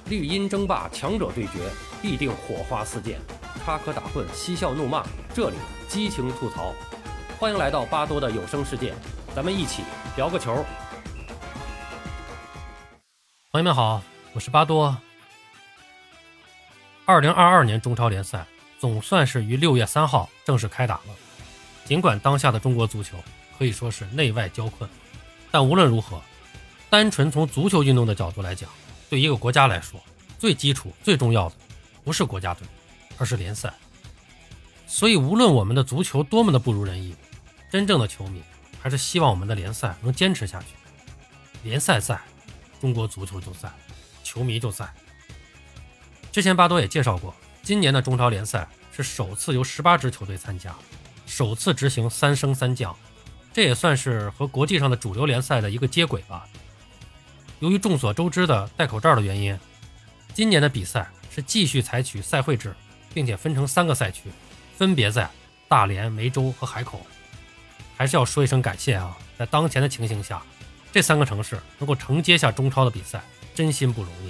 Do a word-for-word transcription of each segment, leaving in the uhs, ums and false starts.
绿茵争霸，强者对决，必定火花四溅，插科打诨，嬉笑怒骂，这里激情吐槽。欢迎来到巴多的有声世界，咱们一起聊个球。 朋友们好，我是巴多。二零二二年中超联赛总算是于六月三号正式开打了。尽管当下的中国足球可以说是内外交困，但无论如何，单纯从足球运动的角度来讲，对一个国家来说，最基础最重要的不是国家队，而是联赛。所以无论我们的足球多么的不如人意，真正的球迷还是希望我们的联赛能坚持下去。联赛在，中国足球就在，球迷就在。之前巴多也介绍过，今年的中超联赛是首次由十八支球队参加，首次执行三升三降，这也算是和国际上的主流联赛的一个接轨吧。由于众所周知的戴口罩的原因，今年的比赛是继续采取赛会制，并且分成三个赛区，分别在大连、梅州和海口。还是要说一声感谢啊，在当前的情形下，这三个城市能够承接下中超的比赛，真心不容易。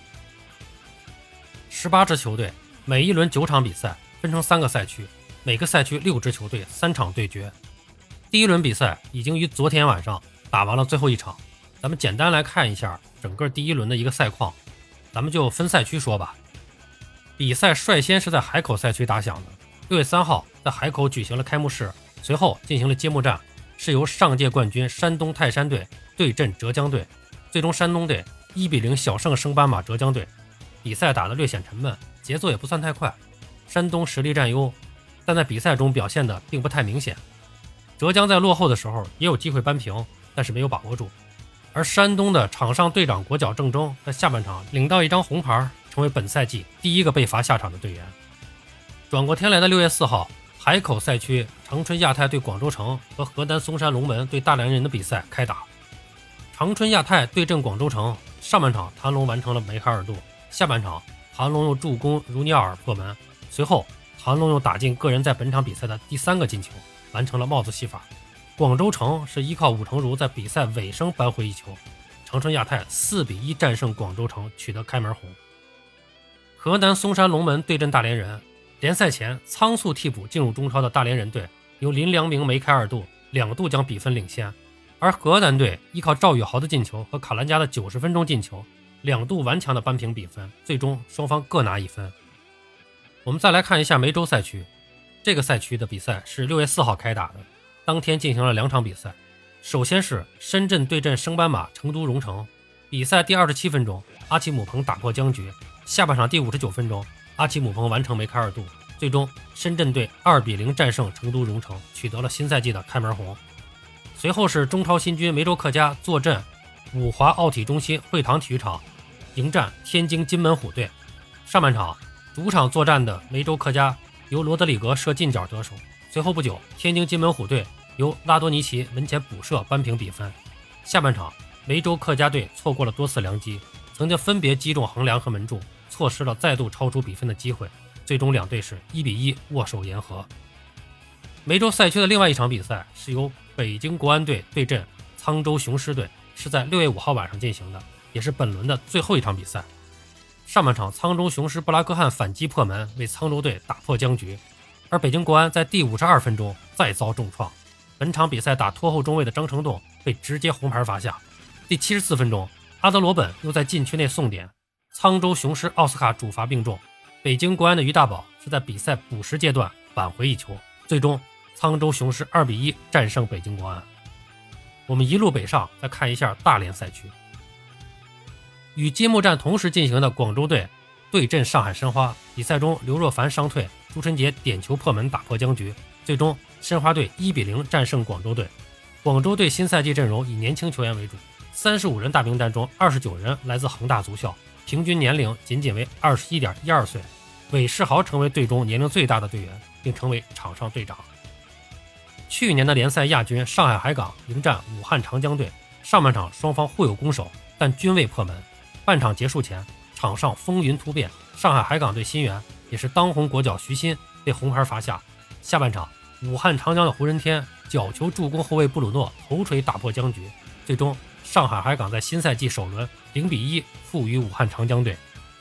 十八支球队，每一轮九场比赛，分成三个赛区，每个赛区六支球队，三场对决。第一轮比赛已经于昨天晚上打完了最后一场，咱们简单来看一下整个第一轮的一个赛况，咱们就分赛区说吧。比赛率先是在海口赛区打响的，六月三号在海口举行了开幕式，随后进行了揭幕战，是由上届冠军山东泰山队对阵浙江队，最终山东队一比零小胜升班马浙江队。比赛打得略显沉闷，节奏也不算太快，山东实力占优，但在比赛中表现的并不太明显。浙江在落后的时候也有机会扳平，但是没有把握住。而山东的场上队长国脚郑铮在下半场领到一张红牌，成为本赛季第一个被罚下场的队员。转过天来的六月四号，海口赛区长春亚泰对广州城和河南嵩山龙门对大连人的比赛开打。长春亚泰对阵广州城，上半场谭龙完成了梅开二度，下半场谭龙用助攻如尼奥尔破门，随后谭龙又打进个人在本场比赛的第三个进球，完成了帽子戏法。广州城是依靠武成儒在比赛尾声扳回一球，长春亚泰四比一战胜广州城，取得开门红。河南嵩山龙门对阵大连人，联赛前仓促替补进入中超的大连人队由林良铭梅开二度，两度将比分领先，而河南队依靠赵宇豪的进球和卡兰加的九十分钟进球，两度顽强的扳平比分，最终双方各拿一分。我们再来看一下梅州赛区，这个赛区的比赛是六月四号开打的，当天进行了两场比赛。首先是深圳对阵升班马成都蓉城，比赛第二十七分钟，阿奇姆彭打破僵局，下半场第五十九分钟，阿奇姆彭完成梅开二度，最终深圳队二比零战胜成都蓉城，取得了新赛季的开门红。随后是中超新军梅州客家坐镇五华奥体中心会堂体育场迎战天津金门虎队。上半场主场作战的梅州客家由罗德里格射近角得手，随后不久天津金门虎队由拉多尼奇门前补射扳平比分。下半场梅州客家队错过了多次良机，曾经分别击中横梁和门柱，错失了再度超出比分的机会，最终两队是一比一握手言和。梅州赛区的另外一场比赛是由北京国安队对阵沧州雄狮队，是在六月五号晚上进行的，也是本轮的最后一场比赛。上半场沧州雄狮布拉格汉反击破门，为沧州队打破僵局，而北京国安在第五十二分钟再遭重创，本场比赛打拖后中卫的张成栋被直接红牌罚下。第七十四分钟，阿德罗本又在禁区内送点，沧州雄狮奥斯卡主罚并中，北京国安的于大宝是在比赛补时阶段扳回一球，最终沧州雄狮二比一战胜北京国安。我们一路北上，再看一下大连赛区。与揭幕战同时进行的广州队对阵上海申花，比赛中刘若凡伤退，朱晨杰点球破门打破僵局，最终申花队一比零战胜广州队。广州队新赛季阵容以年轻球员为主，三十五人大名单中二十九人来自恒大足校，平均年龄仅仅为 二十一点一二岁，韦世豪成为队中年龄最大的队员，并成为场上队长。去年的联赛亚军上海海港迎战武汉长江队，上半场双方互有攻守，但均未破门。半场结束前，场上风云突变，上海海港队新援也是当红国脚徐新被红牌罚下。下半场武汉长江的胡仁天角球助攻后卫布鲁诺头锤打破僵局，最终上海海港在新赛季首轮零比一负于武汉长江队。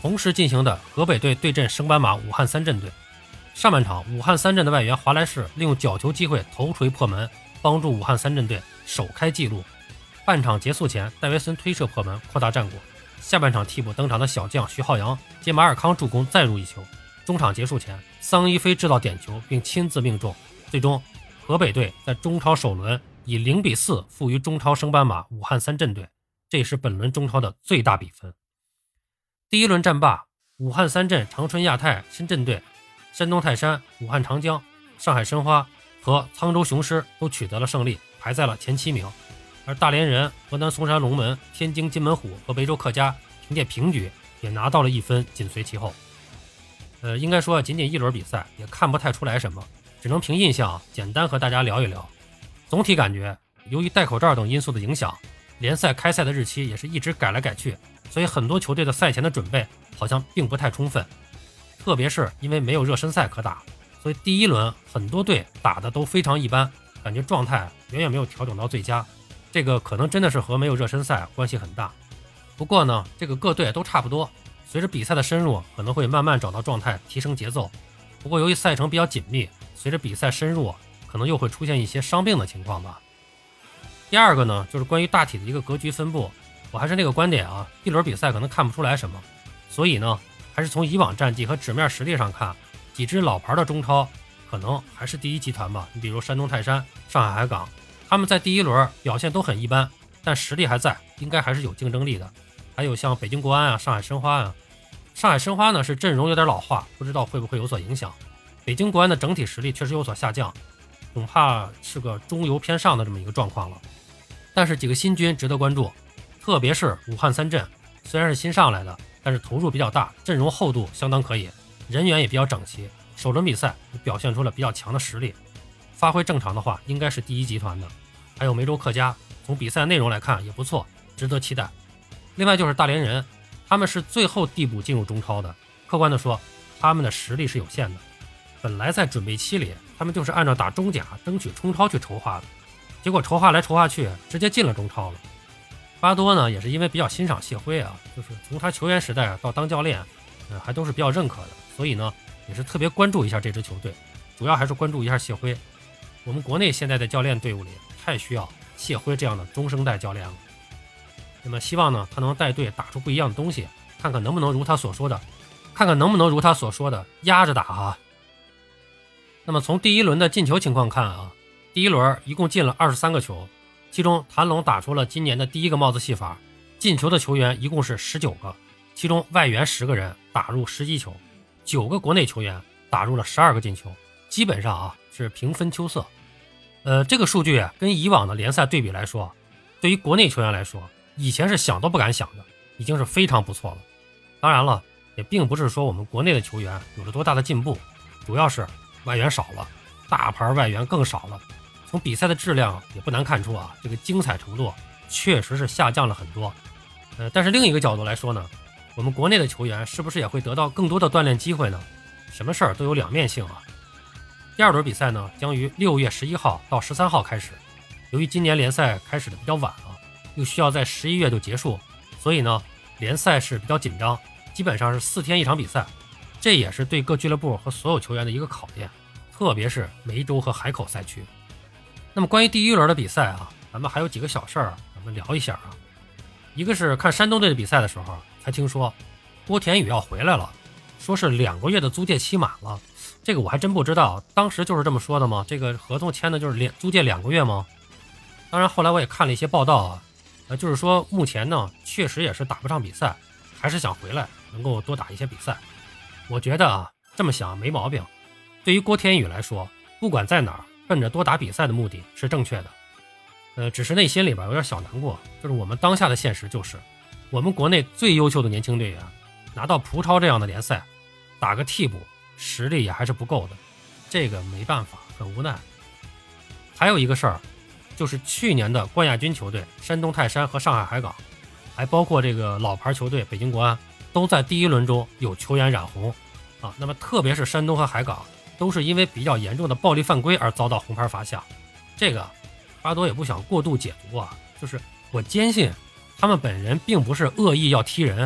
同时进行的河北队对阵升班马武汉三镇队。上半场，武汉三镇的外援华莱士利用角球机会头锤破门，帮助武汉三镇队首开纪录。半场结束前，戴维森推射破门，扩大战果。下半场替补登场的小将徐浩洋接马尔康助攻再入一球。中场结束前，桑一飞制造点球并亲自命中。最终，河北队在中超首轮以零比四负于中超升班马武汉三镇队，这也是本轮中超的最大比分。第一轮战罢，武汉三镇、长春亚泰、深圳队、山东泰山、武汉长江、上海申花和沧州雄狮都取得了胜利，排在了前七名。而大连人、河南嵩山龙门、天津津门虎和维州客家凭借平局也拿到了一分，紧随其后。呃，应该说仅仅一轮比赛也看不太出来什么，只能凭印象简单和大家聊一聊。总体感觉，由于戴口罩等因素的影响，联赛开赛的日期也是一直改来改去，所以很多球队的赛前的准备好像并不太充分。特别是因为没有热身赛可打，所以第一轮很多队打的都非常一般，感觉状态远远没有调整到最佳。这个可能真的是和没有热身赛关系很大。不过呢，这个各队都差不多，随着比赛的深入，可能会慢慢找到状态，提升节奏。不过由于赛程比较紧密，随着比赛深入，可能又会出现一些伤病的情况吧。第二个呢，就是关于大体的一个格局分布，我还是那个观点啊，一轮比赛可能看不出来什么，所以呢，还是从以往战绩和纸面实力上看，几支老牌的中超可能还是第一集团吧。你比如山东泰山、上海海港，他们在第一轮表现都很一般，但实力还在，应该还是有竞争力的。还有像北京国安啊、上海申花啊。上海申花呢是阵容有点老化，不知道会不会有所影响。北京国安的整体实力确实有所下降，恐怕是个中游偏上的这么一个状况了。但是几个新军值得关注，特别是武汉三镇，虽然是新上来的，但是投入比较大，阵容厚度相当可以，人员也比较整齐，首轮比赛也表现出了比较强的实力，发挥正常的话应该是第一集团的。还有梅州客家，从比赛内容来看也不错，值得期待。另外就是大连人，他们是最后递补进入中超的，客观的说，他们的实力是有限的。本来在准备期里，他们就是按照打中甲争取冲超去筹划的，结果筹划来筹划去，直接进了中超了。巴多呢，也是因为比较欣赏谢辉啊，就是从他球员时代到当教练，呃，还都是比较认可的，所以呢，也是特别关注一下这支球队，主要还是关注一下谢辉。我们国内现在的教练队伍里，太需要谢辉这样的中生代教练了。那么希望呢，他能带队打出不一样的东西，看看能不能如他所说的，看看能不能如他所说的压着打哈。那么从第一轮的进球情况看啊，第一轮一共进了二十三个球，其中谭龙打出了今年的第一个帽子戏法，进球的球员一共是十九个，其中外援十个人打入十一球，九个国内球员打入了十二个进球，基本上啊是平分秋色。呃，这个数据跟以往的联赛对比来说，对于国内球员来说，以前是想都不敢想的，已经是非常不错了。当然了，也并不是说我们国内的球员有了多大的进步，主要是外援少了，大牌外援更少了。从比赛的质量也不难看出啊，这个精彩程度确实是下降了很多。呃，但是另一个角度来说呢，我们国内的球员是不是也会得到更多的锻炼机会呢？什么事儿都有两面性啊。第二轮比赛呢，将于六月十一号到十三号开始。由于今年联赛开始的比较晚啊，又需要在十一月就结束，所以呢，联赛是比较紧张，基本上是四天一场比赛，这也是对各俱乐部和所有球员的一个考验，特别是梅州和海口赛区。那么关于第一轮的比赛啊，咱们还有几个小事儿，咱们聊一下啊。一个是看山东队的比赛的时候，才听说郭田雨要回来了，说是两个月的租借期满了，这个我还真不知道，当时就是这么说的吗？这个合同签的就是租借两个月吗？当然后来我也看了一些报道啊，呃，就是说目前呢确实也是打不上比赛，还是想回来能够多打一些比赛。我觉得啊这么想没毛病，对于郭田雨来说，不管在哪儿奔着多打比赛的目的是正确的。呃，只是内心里边有点小难过，就是我们当下的现实就是我们国内最优秀的年轻队员拿到葡超这样的联赛打个替补，实力也还是不够的，这个没办法，很无奈。还有一个事儿，就是去年的冠亚军球队山东泰山和上海海港，还包括这个老牌球队北京国安，都在第一轮中有球员染红啊。那么特别是山东和海港都是因为比较严重的暴力犯规而遭到红牌罚下，这个巴多也不想过度解读啊，就是我坚信他们本人并不是恶意要踢人，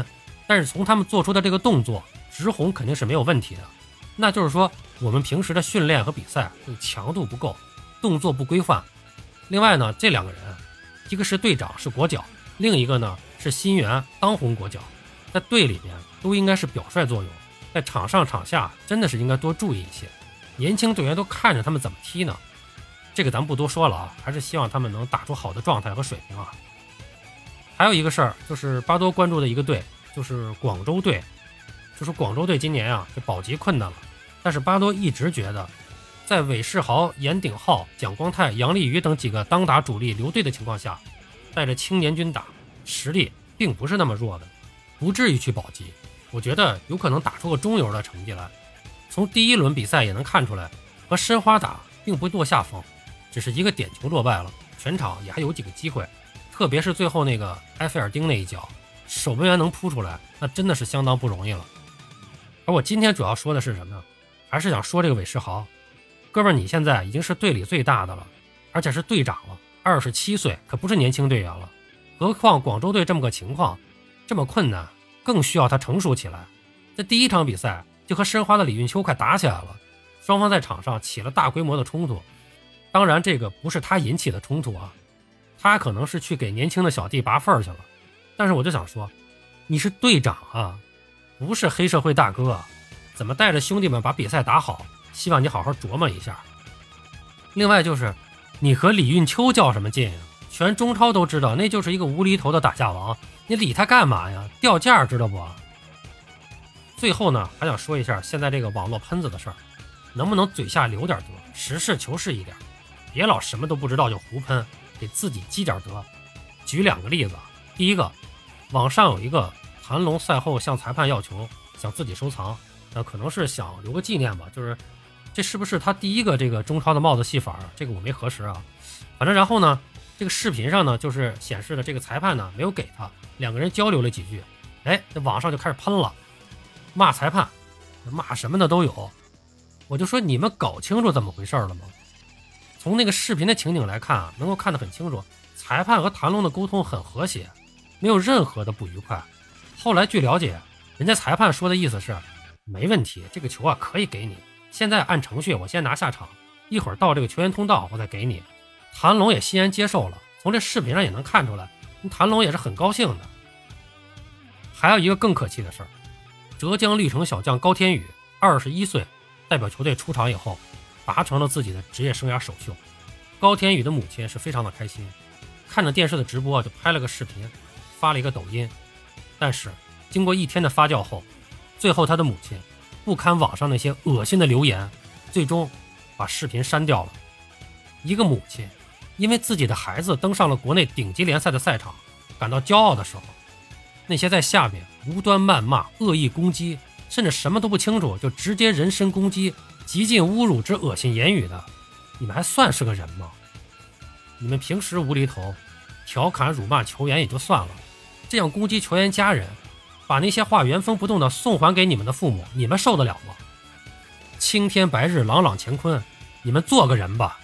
但是从他们做出的这个动作，直红肯定是没有问题的。那就是说，我们平时的训练和比赛这个强度不够，动作不规范。另外呢，这两个人，一个是队长是国脚，另一个呢是新援当红国脚，在队里面都应该是表率作用，在场上场下真的是应该多注意一些。年轻队员都看着他们怎么踢呢？这个咱不多说了啊，还是希望他们能打出好的状态和水平啊。还有一个事儿，就是巴多关注的一个队，就是广州队。就是广州队今年啊，这保级困难了，但是巴多一直觉得，在韦世豪、严鼎皓、蒋光太、杨立瑜等几个当打主力留队的情况下，带着青年军打，实力并不是那么弱的，不至于去保级。我觉得有可能打出个中游的成绩来。从第一轮比赛也能看出来，和申花打并不落下风，只是一个点球落败了，全场也还有几个机会，特别是最后那个埃菲尔丁那一脚，守门员能扑出来，那真的是相当不容易了。而我今天主要说的是什么呢？还是想说这个韦世豪，哥们儿，你现在已经是队里最大的了，而且是队长了，二十七岁，可不是年轻队员了。何况广州队这么个情况，这么困难，更需要他成熟起来。在第一场比赛就和申花的李运秋快打起来了，双方在场上起了大规模的冲突。当然，这个不是他引起的冲突啊，他可能是去给年轻的小弟拔份去了。但是我就想说，你是队长啊，不是黑社会大哥，怎么带着兄弟们把比赛打好？希望你好好琢磨一下。另外就是，你和李运秋较什么劲啊？全中超都知道，那就是一个无厘头的打架王，你理他干嘛呀？掉价知道不？最后呢，还想说一下现在这个网络喷子的事儿，能不能嘴下留点德，实事求是一点，别老什么都不知道就胡喷，给自己积点德。举两个例子，第一个，网上有一个谭龙赛后向裁判要球，想自己收藏，那可能是想留个纪念吧，就是这是不是他第一个这个中超的帽子戏法，这个我没核实啊。反正然后呢，这个视频上呢就是显示的这个裁判呢没有给他，两个人交流了几句，哎，这网上就开始喷了，骂裁判，骂什么的都有。我就说你们搞清楚怎么回事了吗？从那个视频的情景来看啊，能够看得很清楚，裁判和谭龙的沟通很和谐，没有任何的不愉快。后来据了解，人家裁判说的意思是，没问题，这个球啊可以给你，现在按程序我先拿下场，一会儿到这个球员通道我再给你。谭龙也欣然接受了，从这视频上也能看出来，谭龙也是很高兴的。还有一个更可气的事儿，浙江绿城小将高天宇二十一岁，代表球队出场以后，达成了自己的职业生涯首秀。高天宇的母亲是非常的开心，看着电视的直播就拍了个视频，发了一个抖音。但是经过一天的发酵后，最后他的母亲不堪网上那些恶心的留言，最终把视频删掉了。一个母亲因为自己的孩子登上了国内顶级联赛的赛场感到骄傲的时候，那些在下面无端谩骂、恶意攻击，甚至什么都不清楚就直接人身攻击、极尽侮辱之恶心言语的，你们还算是个人吗？你们平时无厘头调侃辱骂球员也就算了，这样攻击球员家人，把那些话原封不动的送还给你们的父母，你们受得了吗？青天白日朗朗乾坤，你们做个人吧。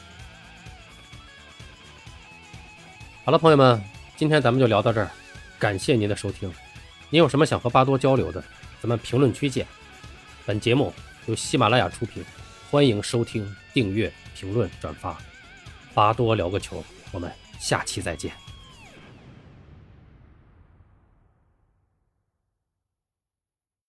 好了，朋友们，今天咱们就聊到这儿，感谢您的收听。您有什么想和巴多交流的，咱们评论区见。本节目由喜马拉雅出品，欢迎收听、订阅、评论、转发。巴多聊个球，我们下期再见。